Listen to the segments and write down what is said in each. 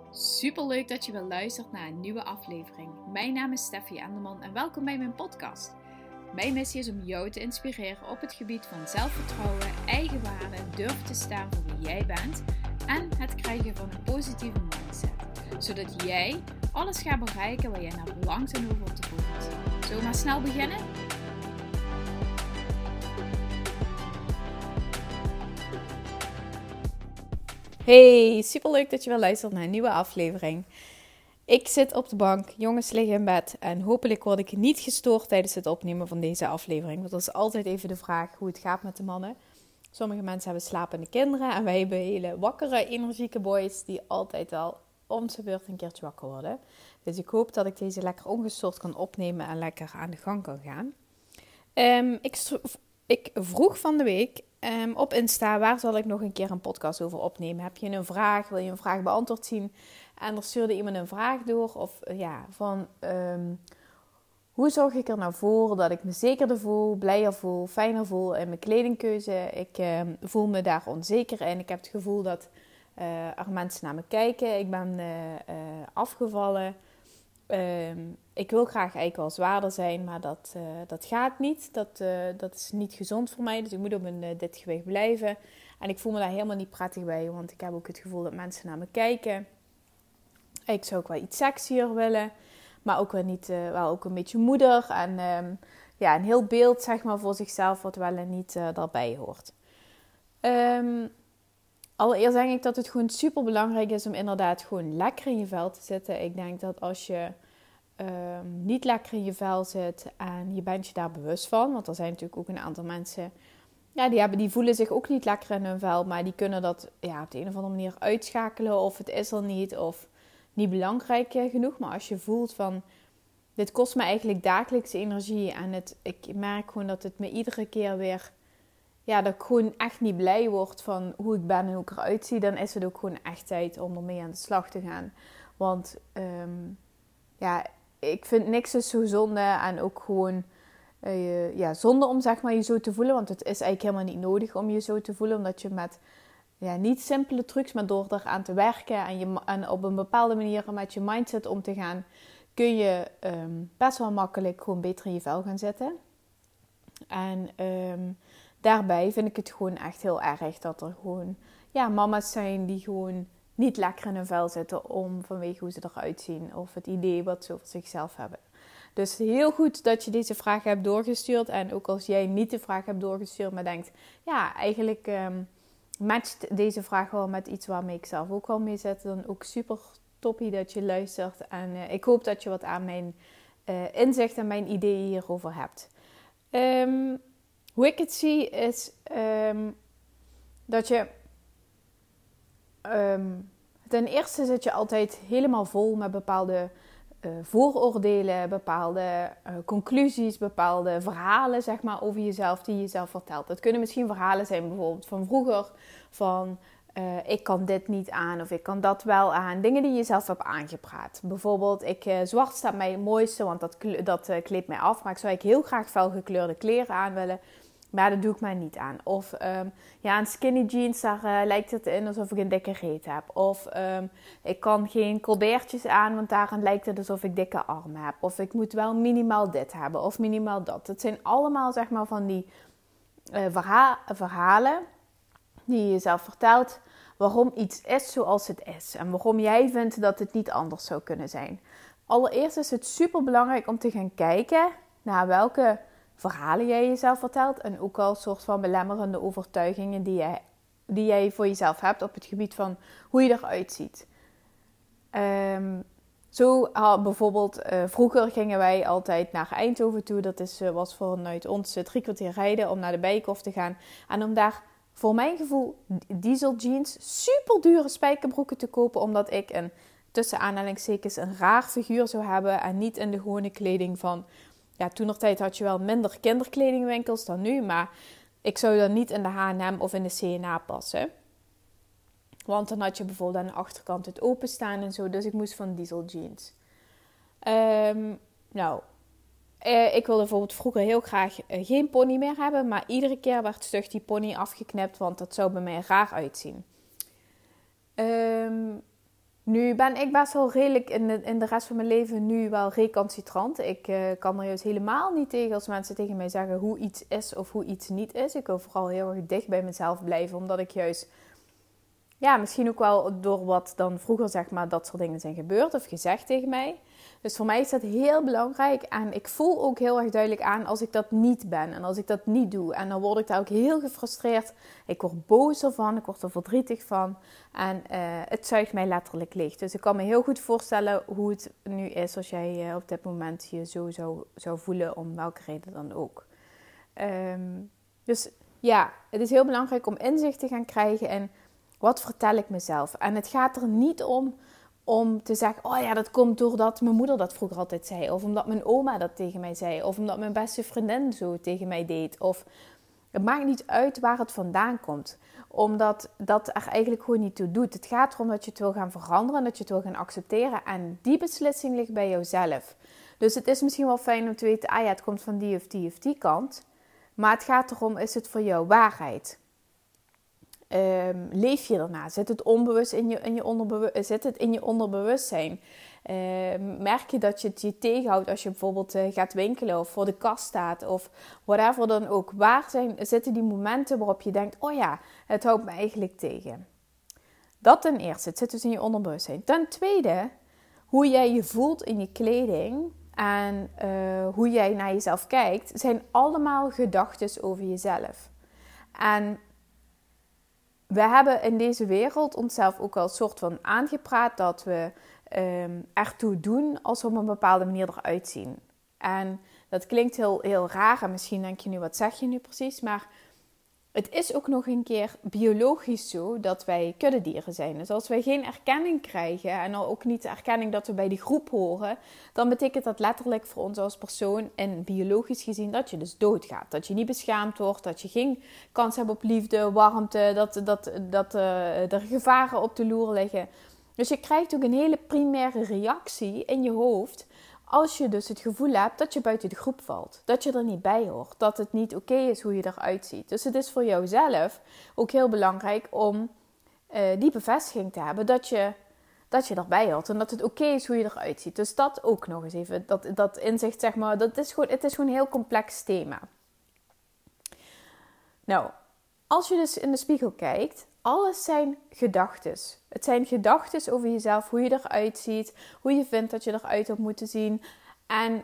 Super leuk dat je weer luistert naar een nieuwe aflevering. Mijn naam is Steffi Enderman en welkom bij mijn podcast. Mijn missie is om jou te inspireren op het gebied van zelfvertrouwen, eigenwaarde, durven te staan voor wie jij bent en het krijgen van een positieve mindset. Zodat jij alles gaat bereiken waar jij naar verlangt en over te voelt. Zullen we maar snel beginnen? Hey, superleuk dat je weer luistert naar een nieuwe aflevering. Ik zit op de bank, jongens liggen in bed en hopelijk word ik niet gestoord tijdens het opnemen van deze aflevering. Want dat is altijd even de vraag hoe het gaat met de mannen. Sommige mensen hebben slapende kinderen en wij hebben hele wakkere, energieke boys die altijd wel om zijn beurt een keertje wakker worden. Dus ik hoop dat ik deze lekker ongestoord kan opnemen en lekker aan de gang kan gaan. Ik vroeg van de week op Insta, waar zal ik nog een keer een podcast over opnemen? Heb je een vraag? Wil je een vraag beantwoord zien? En er stuurde iemand een vraag door. Hoe zorg ik er nou voor dat ik me zekerder voel, blijer voel, fijner voel in mijn kledingkeuze? Ik voel me daar onzeker in. Ik heb het gevoel dat er mensen naar me kijken. Ik ben afgevallen. Ik wil graag eigenlijk wel zwaarder zijn, maar dat gaat niet. Dat is niet gezond voor mij, dus ik moet op dit gewicht blijven. En ik voel me daar helemaal niet prettig bij, want ik heb ook het gevoel dat mensen naar me kijken. Ik zou ook wel iets sexier willen, maar ook wel niet, wel ook een beetje moeder. En een heel beeld zeg maar voor zichzelf wat wel en niet daarbij hoort. Allereerst denk ik dat het gewoon super belangrijk is om inderdaad gewoon lekker in je vel te zitten. Ik denk dat als je niet lekker in je vel zit en je bent je daar bewust van, want er zijn natuurlijk ook een aantal mensen, die voelen zich ook niet lekker in hun vel, maar die kunnen dat op de een of andere manier uitschakelen of het is er niet of niet belangrijk genoeg. Maar als je voelt van, dit kost me eigenlijk dagelijkse energie en ik merk gewoon dat het me iedere keer weer, dat ik gewoon echt niet blij word van hoe ik ben en hoe ik eruit zie, dan is het ook gewoon echt tijd om ermee aan de slag te gaan. Want ik vind niks is zo zonde en ook gewoon zonde om zeg maar je zo te voelen. Want het is eigenlijk helemaal niet nodig om je zo te voelen. Omdat je met niet simpele trucs, maar door eraan te werken en op een bepaalde manier met je mindset om te gaan, kun je best wel makkelijk gewoon beter in je vel gaan zitten. En daarbij vind ik het gewoon echt heel erg dat er gewoon mama's zijn die gewoon niet lekker in hun vel zitten vanwege hoe ze eruit zien of het idee wat ze over zichzelf hebben. Dus heel goed dat je deze vraag hebt doorgestuurd. En ook als jij niet de vraag hebt doorgestuurd, maar denkt, eigenlijk matcht deze vraag wel met iets waarmee ik zelf ook wel mee zit, dan ook super toppie dat je luistert. En ik hoop dat je wat aan mijn inzicht en mijn ideeën hierover hebt. Hoe ik het zie is dat je ten eerste zit je altijd helemaal vol met bepaalde vooroordelen, bepaalde conclusies, bepaalde verhalen zeg maar, over jezelf die je jezelf vertelt. Dat kunnen misschien verhalen zijn bijvoorbeeld van vroeger, van ik kan dit niet aan of ik kan dat wel aan. Dingen die je zelf hebt aangepraat. Bijvoorbeeld, zwart staat mij het mooiste, want dat kleedt mij af, maar ik zou eigenlijk heel graag felgekleurde kleren aan willen. Maar dat doe ik mij niet aan. Of een skinny jeans, daar lijkt het in alsof ik een dikke reet heb. Of ik kan geen colbertjes aan, want daaraan lijkt het alsof ik dikke armen heb. Of ik moet wel minimaal dit hebben of minimaal dat. Het zijn allemaal zeg maar van die verhalen die je jezelf vertelt waarom iets is zoals het is. En waarom jij vindt dat het niet anders zou kunnen zijn. Allereerst is het super belangrijk om te gaan kijken naar welke verhalen jij jezelf vertelt en ook al soort van belemmerende overtuigingen die jij voor jezelf hebt op het gebied van hoe je eruit ziet. Bijvoorbeeld, vroeger gingen wij altijd naar Eindhoven toe. Dat was vanuit ons 3 kwartier rijden om naar de Bijenkorf te gaan. En om daar, voor mijn gevoel, diesel jeans, super dure spijkerbroeken te kopen. Omdat ik tussen aanhalingstekens een raar figuur zou hebben en niet in de gewone kleding van... Toenertijd had je wel minder kinderkledingwinkels dan nu, maar ik zou dan niet in de H&M of in de C&A passen. Want dan had je bijvoorbeeld aan de achterkant het openstaan en zo, dus ik moest van diesel jeans. Ik wilde bijvoorbeeld vroeger heel graag geen pony meer hebben, maar iedere keer werd stug die pony afgeknipt, want dat zou bij mij raar uitzien. Nu ben ik best wel redelijk in de rest van mijn leven nu wel recalcitrant. Ik kan er juist helemaal niet tegen als mensen tegen mij zeggen hoe iets is of hoe iets niet is. Ik wil vooral heel erg dicht bij mezelf blijven, omdat ik juist, ja, misschien ook wel door wat dan vroeger zeg maar dat soort dingen zijn gebeurd of gezegd tegen mij. Dus voor mij is dat heel belangrijk en ik voel ook heel erg duidelijk aan als ik dat niet ben en als ik dat niet doe. En dan word ik daar ook heel gefrustreerd. Ik word boos ervan, ik word er verdrietig van en het zuigt mij letterlijk leeg. Dus ik kan me heel goed voorstellen hoe het nu is als jij op dit moment je zo zou voelen, om welke reden dan ook. Dus ja, het is heel belangrijk om inzicht te gaan krijgen in wat vertel ik mezelf. En het gaat er niet om te zeggen, oh ja, dat komt doordat mijn moeder dat vroeger altijd zei. Of omdat mijn oma dat tegen mij zei. Of omdat mijn beste vriendin zo tegen mij deed. Of het maakt niet uit waar het vandaan komt. Omdat dat er eigenlijk gewoon niet toe doet. Het gaat erom dat je het wil gaan veranderen. Dat je het wil gaan accepteren. En die beslissing ligt bij jouzelf. Dus het is misschien wel fijn om te weten, ah ja, het komt van die of die of die kant. Maar het gaat erom, is het voor jou waarheid? Leef je erna? Zit het onbewust zit het in je onderbewustzijn? Merk je dat je het je tegenhoudt als je bijvoorbeeld gaat winkelen of voor de kast staat of whatever dan ook? Waar zitten die momenten waarop je denkt, oh ja, het houdt me eigenlijk tegen? Dat ten eerste, het zit dus in je onderbewustzijn. Ten tweede, hoe jij je voelt in je kleding en hoe jij naar jezelf kijkt, zijn allemaal gedachten over jezelf. En we hebben in deze wereld onszelf ook al een soort van aangepraat dat we ertoe doen als we op een bepaalde manier eruit zien. En dat klinkt heel, heel raar en misschien denk je nu, wat zeg je nu precies? Maar het is ook nog een keer biologisch zo dat wij kuddedieren zijn. Dus als wij geen erkenning krijgen en ook niet de erkenning dat we bij die groep horen, dan betekent dat letterlijk voor ons als persoon en biologisch gezien dat je dus doodgaat. Dat je niet beschaamd wordt, dat je geen kans hebt op liefde, warmte, dat er gevaren op de loer liggen. Dus je krijgt ook een hele primaire reactie in je hoofd als je dus het gevoel hebt dat je buiten de groep valt. Dat je er niet bij hoort. Dat het niet oké is hoe je eruit ziet. Dus het is voor jouzelf ook heel belangrijk om die bevestiging te hebben dat je erbij hoort. En dat het oké is hoe je eruit ziet. Dus dat ook nog eens even. Dat inzicht, zeg maar, het is gewoon een heel complex thema. Nou, als je dus in de spiegel kijkt, alles zijn gedachtes. Het zijn gedachtes over jezelf, hoe je eruit ziet, hoe je vindt dat je eruit had moeten zien. En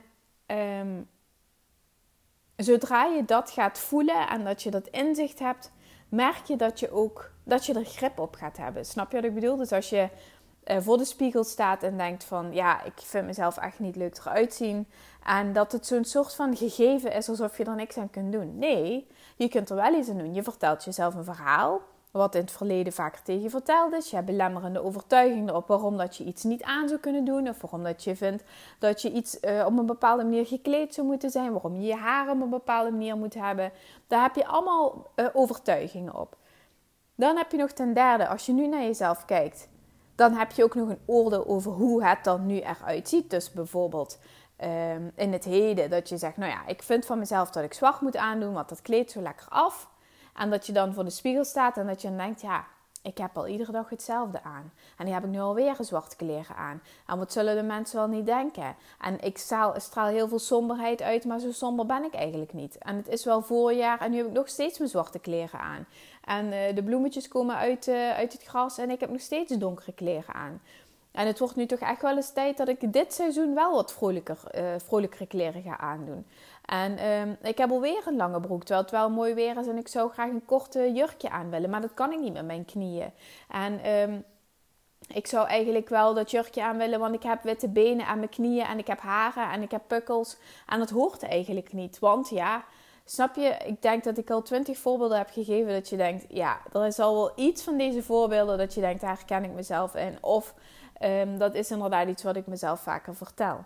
zodra je dat gaat voelen en dat je dat inzicht hebt, merk je dat je er grip op gaat hebben. Snap je wat ik bedoel? Dus als je voor de spiegel staat en denkt van, ja, ik vind mezelf echt niet leuk eruit zien. En dat het zo'n soort van gegeven is alsof je er niks aan kunt doen. Nee, je kunt er wel iets aan doen. Je vertelt jezelf een verhaal, wat in het verleden vaker tegen je verteld is. Je hebt belemmerende overtuigingen erop waarom dat je iets niet aan zou kunnen doen. Of waarom dat je vindt dat je iets op een bepaalde manier gekleed zou moeten zijn. Waarom je je haar op een bepaalde manier moet hebben. Daar heb je allemaal overtuigingen op. Dan heb je nog ten derde, als je nu naar jezelf kijkt, dan heb je ook nog een oordeel over hoe het dan nu eruit ziet. Dus bijvoorbeeld in het heden dat je zegt, nou ja, ik vind van mezelf dat ik zwart moet aandoen, want dat kleedt zo lekker af. En dat je dan voor de spiegel staat en dat je dan denkt, ja, ik heb al iedere dag hetzelfde aan. En nu heb ik nu alweer een zwarte kleren aan. En wat zullen de mensen wel niet denken? En ik straal heel veel somberheid uit, maar zo somber ben ik eigenlijk niet. En het is wel voorjaar en nu heb ik nog steeds mijn zwarte kleren aan. En de bloemetjes komen uit het gras en ik heb nog steeds donkere kleren aan. En het wordt nu toch echt wel eens tijd dat ik dit seizoen wel wat vrolijkere kleren ga aandoen. En ik heb alweer een lange broek, terwijl het wel mooi weer is en ik zou graag een korte jurkje aan willen. Maar dat kan ik niet met mijn knieën. En ik zou eigenlijk wel dat jurkje aan willen, want ik heb witte benen aan mijn knieën en ik heb haren en ik heb pukkels. En dat hoort eigenlijk niet, want ja, snap je, ik denk dat ik al 20 voorbeelden heb gegeven dat je denkt, ja, er is al wel iets van deze voorbeelden dat je denkt, daar herken ik mezelf in. Of dat is inderdaad iets wat ik mezelf vaker vertel.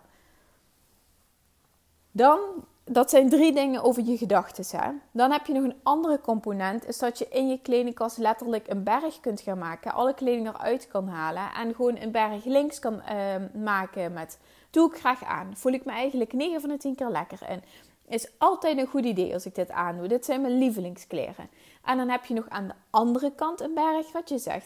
Dan, dat zijn 3 dingen over je gedachten. Hè? Dan heb je nog een andere component, is dat je in je kledingkast letterlijk een berg kunt gaan maken. Alle kleding eruit kan halen en gewoon een berg links kan maken met, doe ik graag aan. Voel ik me eigenlijk 9 van de 10 keer lekker in. Is altijd een goed idee als ik dit aandoe. Dit zijn mijn lievelingskleren. En dan heb je nog aan de andere kant een berg wat je zegt,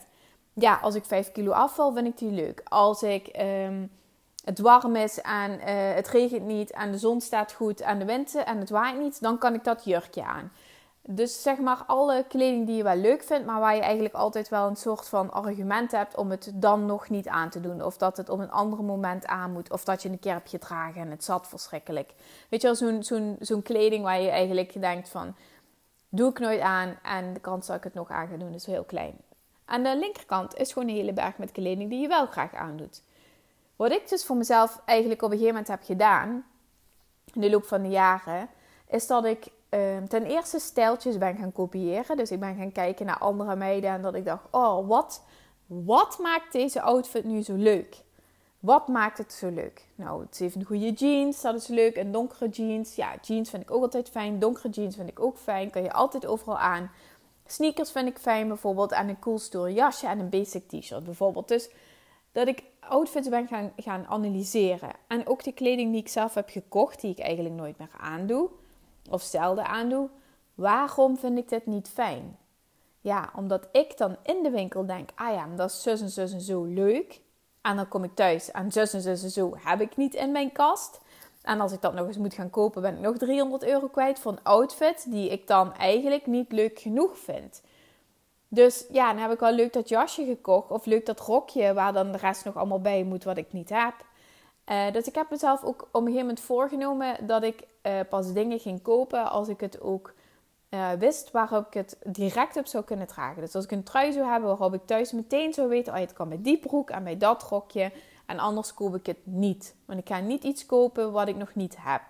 ja, als ik 5 kilo afval, vind ik die leuk. Als ik het warm is en het regent niet en de zon staat goed en de wind en het waait niet, dan kan ik dat jurkje aan. Dus zeg maar alle kleding die je wel leuk vindt, maar waar je eigenlijk altijd wel een soort van argument hebt om het dan nog niet aan te doen. Of dat het op een ander moment aan moet. Of dat je een keer hebt gedragen en het zat verschrikkelijk. Weet je wel, zo'n kleding waar je eigenlijk denkt van, doe ik nooit aan en de kans dat ik het nog aan ga doen is heel klein. Aan de linkerkant is gewoon een hele berg met kleding die je wel graag aandoet. Wat ik dus voor mezelf eigenlijk op een gegeven moment heb gedaan, in de loop van de jaren, is dat ik ten eerste stijltjes ben gaan kopiëren. Dus ik ben gaan kijken naar andere meiden en dat ik dacht, oh, wat maakt deze outfit nu zo leuk? Wat maakt het zo leuk? Nou, het heeft een goede jeans, dat is leuk. Een donkere jeans, ja, jeans vind ik ook altijd fijn. Donkere jeans vind ik ook fijn, kan je altijd overal aan. Sneakers vind ik fijn bijvoorbeeld. En een cool stoer jasje en een basic t-shirt bijvoorbeeld. Dus dat ik outfits ben gaan analyseren. En ook de kleding die ik zelf heb gekocht, die ik eigenlijk nooit meer aandoe. Of zelden aandoe. Waarom vind ik dit niet fijn? Ja, omdat ik dan in de winkel denk, ah ja, dat is zus en zo leuk. En dan kom ik thuis en zus en zo heb ik niet in mijn kast. En als ik dat nog eens moet gaan kopen, ben ik nog €300 kwijt voor een outfit die ik dan eigenlijk niet leuk genoeg vind. Dus ja, dan heb ik wel leuk dat jasje gekocht of leuk dat rokje waar dan de rest nog allemaal bij moet wat ik niet heb. Dus ik heb mezelf ook op een gegeven moment voorgenomen dat ik pas dingen ging kopen als ik het ook wist waarop ik het direct op zou kunnen dragen. Dus als ik een trui zou hebben waarop ik thuis meteen zou weten, oh, het kan bij die broek en bij dat rokje en anders koop ik het niet. Want ik ga niet iets kopen wat ik nog niet heb.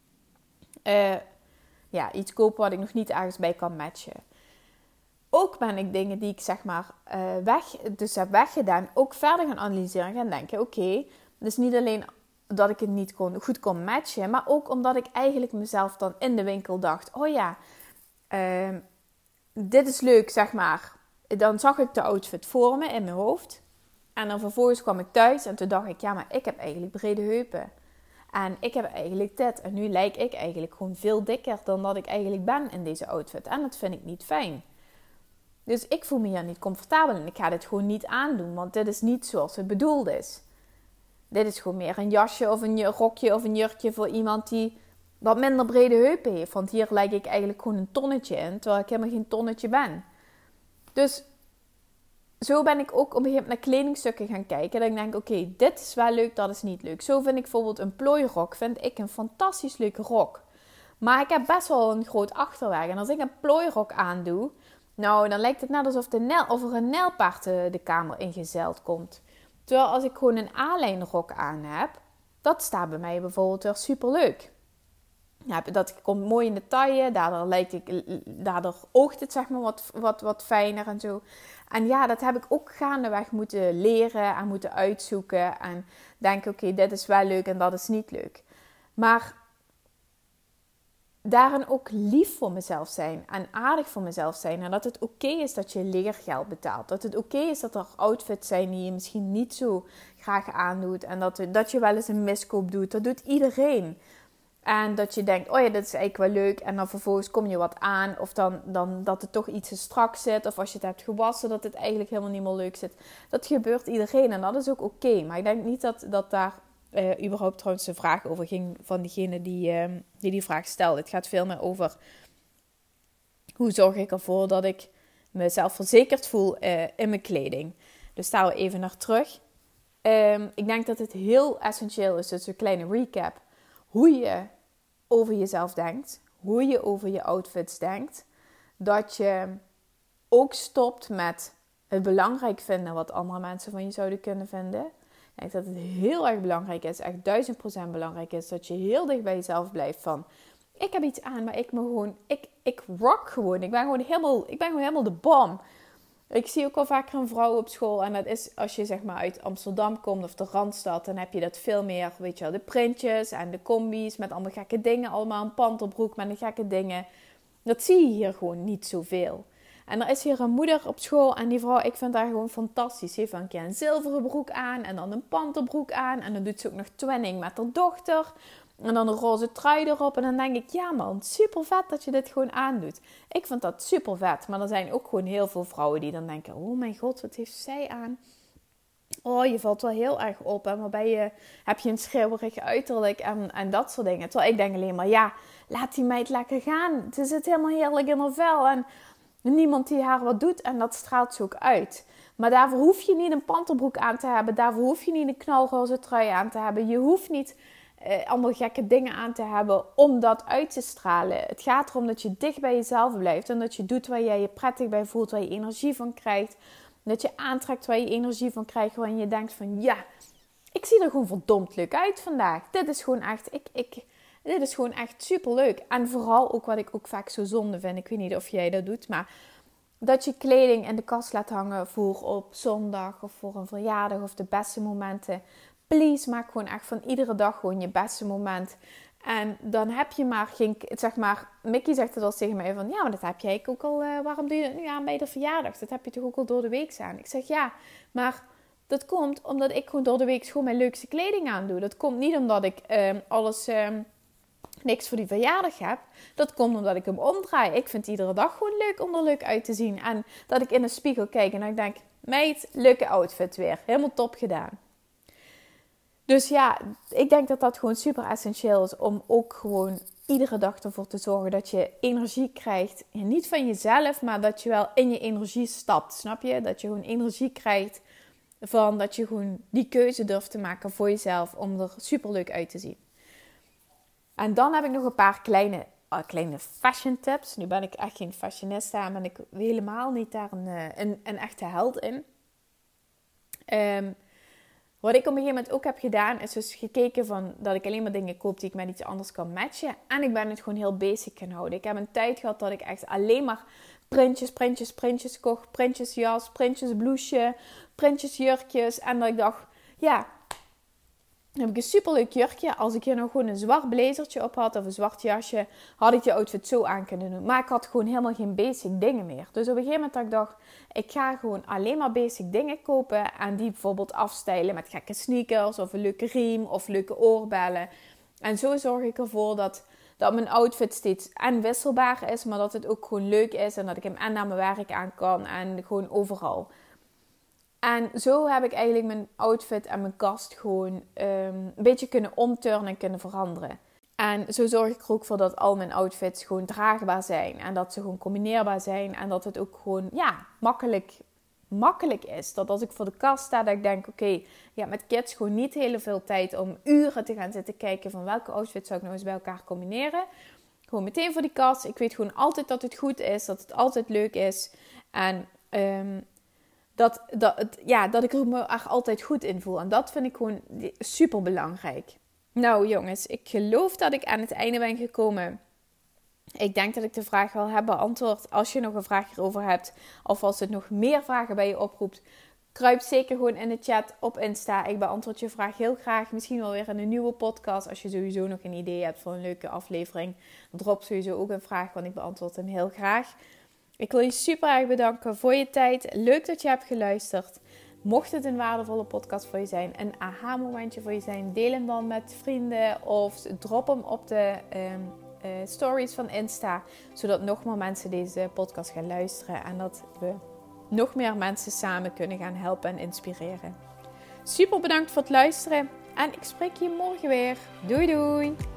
Iets kopen wat ik nog niet ergens bij kan matchen. Ook ben ik dingen die ik zeg maar heb weggedaan, ook verder gaan analyseren en gaan denken, oké, dus niet alleen dat ik het niet goed kon matchen, maar ook omdat ik eigenlijk mezelf dan in de winkel dacht, oh ja, dit is leuk, zeg maar. Dan zag ik de outfit voor me in mijn hoofd. En dan vervolgens kwam ik thuis en toen dacht ik, ja, maar ik heb eigenlijk brede heupen. En ik heb eigenlijk dit. En nu lijk ik eigenlijk gewoon veel dikker dan dat ik eigenlijk ben in deze outfit. En dat vind ik niet fijn. Dus ik voel me hier niet comfortabel en ik ga dit gewoon niet aandoen. Want dit is niet zoals het bedoeld is. Dit is gewoon meer een jasje of een rokje of een jurkje voor iemand die wat minder brede heupen heeft. Want hier lijk ik eigenlijk gewoon een tonnetje in, terwijl ik helemaal geen tonnetje ben. Dus zo ben ik ook op een gegeven moment naar kledingstukken gaan kijken. Dat ik denk, oké, dit is wel leuk, dat is niet leuk. Zo vind ik bijvoorbeeld een plooirok, vind ik een fantastisch leuke rok. Maar ik heb best wel een groot achterwerk. En als ik een plooirok aandoe, nou, dan lijkt het net alsof er een nijlpaard de kamer ingezeild komt. Terwijl als ik gewoon een A-lijn rok aan heb, dat staat bij mij bijvoorbeeld weer superleuk. Ja, dat komt mooi in de taille, daardoor oogt het zeg maar wat fijner en zo. En ja, dat heb ik ook gaandeweg moeten leren en moeten uitzoeken. En denken, oké, dit is wel leuk en dat is niet leuk. Maar daarin ook lief voor mezelf zijn en aardig voor mezelf zijn. En dat het oké is dat je leergeld betaalt. Dat het oké is dat er outfits zijn die je misschien niet zo graag aandoet. En dat je wel eens een miskoop doet. Dat doet iedereen. En dat je denkt, oh ja, dat is eigenlijk wel leuk. En dan vervolgens kom je wat aan. Of dan dat het toch iets te strak zit. Of als je het hebt gewassen, dat het eigenlijk helemaal niet meer leuk zit. Dat gebeurt iedereen en dat is ook oké. Maar ik denk niet dat daar überhaupt trouwens de vraag over ging van diegene die vraag stelde. Het gaat veel meer over hoe zorg ik ervoor dat ik mezelf verzekerd voel in mijn kleding. Dus daar we even naar terug. Ik denk dat het heel essentieel is, dus een kleine recap, hoe je over jezelf denkt, hoe je over je outfits denkt. Dat je ook stopt met het belangrijk vinden wat andere mensen van je zouden kunnen vinden. Ik denk dat het heel erg belangrijk is, echt 1000% belangrijk is, dat je heel dicht bij jezelf blijft van, ik heb iets aan, maar ik rock gewoon. Ik ben gewoon helemaal de bom. Ik zie ook wel vaker een vrouw op school. En dat is als je zeg maar uit Amsterdam komt of de Randstad. Dan heb je dat veel meer, weet je wel, de printjes en de combi's met allemaal gekke dingen. Allemaal een panterbroek met de gekke dingen. Dat zie je hier gewoon niet zoveel. En er is hier een moeder op school en die vrouw, ik vind haar gewoon fantastisch. Ze heeft een keer een zilveren broek aan en dan een panterbroek aan. En dan doet ze ook nog twinning met haar dochter. En dan een roze trui erop. En dan denk ik, ja man, super vet dat je dit gewoon aandoet. Ik vind dat super vet. Maar er zijn ook gewoon heel veel vrouwen die dan denken, oh mijn god, wat heeft zij aan? Oh, je valt wel heel erg op. En waarbij heb je een schreeuwerig uiterlijk en dat soort dingen. Terwijl ik denk alleen maar, ja, laat die meid lekker gaan. Ze zit helemaal heerlijk in haar vel. En niemand die haar wat doet. En dat straalt ze ook uit. Maar daarvoor hoef je niet een panterbroek aan te hebben. Daarvoor hoef je niet een knalroze trui aan te hebben. Je hoeft niet allemaal gekke dingen aan te hebben om dat uit te stralen. Het gaat erom dat je dicht bij jezelf blijft. En dat je doet waar jij je prettig bij voelt. Waar je energie van krijgt. Dat je aantrekt waar je energie van krijgt. Waarin je denkt van ja, ik zie er gewoon verdomd leuk uit vandaag. Dit is gewoon echt, dit is gewoon echt superleuk. En vooral ook wat ik ook vaak zo zonde vind. Ik weet niet of jij dat doet, maar dat je kleding in de kast laat hangen voor op zondag of voor een verjaardag of de beste momenten. Please, maak gewoon echt van iedere dag gewoon je beste moment. En dan heb je maar geen, zeg maar, Mickey zegt het al tegen mij van, ja, maar dat heb jij ook al, waarom doe je dat nu aan bij de verjaardag? Dat heb je toch ook al door de week aan? Ik zeg, ja, maar dat komt omdat ik gewoon door de week gewoon mijn leukste kleding aan doe. Dat komt niet omdat ik niks voor die verjaardag heb. Dat komt omdat ik hem omdraai. Ik vind iedere dag gewoon leuk om er leuk uit te zien. En dat ik in de spiegel kijk en ik denk, meid, leuke outfit weer. Helemaal top gedaan. Dus ja, ik denk dat dat gewoon super essentieel is om ook gewoon iedere dag ervoor te zorgen dat je energie krijgt. En niet van jezelf, maar dat je wel in je energie stapt. Snap je? Dat je gewoon energie krijgt van dat je gewoon die keuze durft te maken voor jezelf om er super leuk uit te zien. En dan heb ik nog een paar kleine fashion tips. Nu ben ik echt geen fashionista en ben ik helemaal niet daar een echte held in. Wat ik op een gegeven moment ook heb gedaan, is dus gekeken van dat ik alleen maar dingen koop die ik met iets anders kan matchen. En ik ben het gewoon heel basic gaan houden. Ik heb een tijd gehad dat ik echt alleen maar printjes kocht. Printjes jas, printjes blouseje, printjes jurkjes. En dat ik dacht, ja, dan heb ik een superleuk jurkje. Als ik hier nog gewoon een zwart blazertje op had of een zwart jasje, had ik die outfit zo aan kunnen doen. Maar ik had gewoon helemaal geen basic dingen meer. Dus op een gegeven moment dat ik dacht, ik ga gewoon alleen maar basic dingen kopen. En die bijvoorbeeld afstijlen met gekke sneakers of een leuke riem of leuke oorbellen. En zo zorg ik ervoor dat mijn outfit steeds en wisselbaar is, maar dat het ook gewoon leuk is. En dat ik hem en naar mijn werk aan kan en gewoon overal. En zo heb ik eigenlijk mijn outfit en mijn kast gewoon een beetje kunnen omturnen en kunnen veranderen. En zo zorg ik er ook voor dat al mijn outfits gewoon draagbaar zijn. En dat ze gewoon combineerbaar zijn. En dat het ook gewoon makkelijk is. Dat als ik voor de kast sta, dat ik denk, oké, ja, met kids gewoon niet heel veel tijd om uren te gaan zitten kijken van welke outfit zou ik nou eens bij elkaar combineren. Gewoon meteen voor die kast. Ik weet gewoon altijd dat het goed is, dat het altijd leuk is. En dat ik er me echt altijd goed in voel. En dat vind ik gewoon super belangrijk. Nou jongens, ik geloof dat ik aan het einde ben gekomen. Ik denk dat ik de vraag wel heb beantwoord. Als je nog een vraag hierover hebt, of als het nog meer vragen bij je oproept, kruip zeker gewoon in de chat op Insta. Ik beantwoord je vraag heel graag. Misschien wel weer in een nieuwe podcast. Als je sowieso nog een idee hebt voor een leuke aflevering, drop sowieso ook een vraag, want ik beantwoord hem heel graag. Ik wil je super erg bedanken voor je tijd. Leuk dat je hebt geluisterd. Mocht het een waardevolle podcast voor je zijn, een aha-momentje voor je zijn, deel hem dan met vrienden of drop hem op de stories van Insta, zodat nog meer mensen deze podcast gaan luisteren en dat we nog meer mensen samen kunnen gaan helpen en inspireren. Super bedankt voor het luisteren en ik spreek je morgen weer. Doei doei!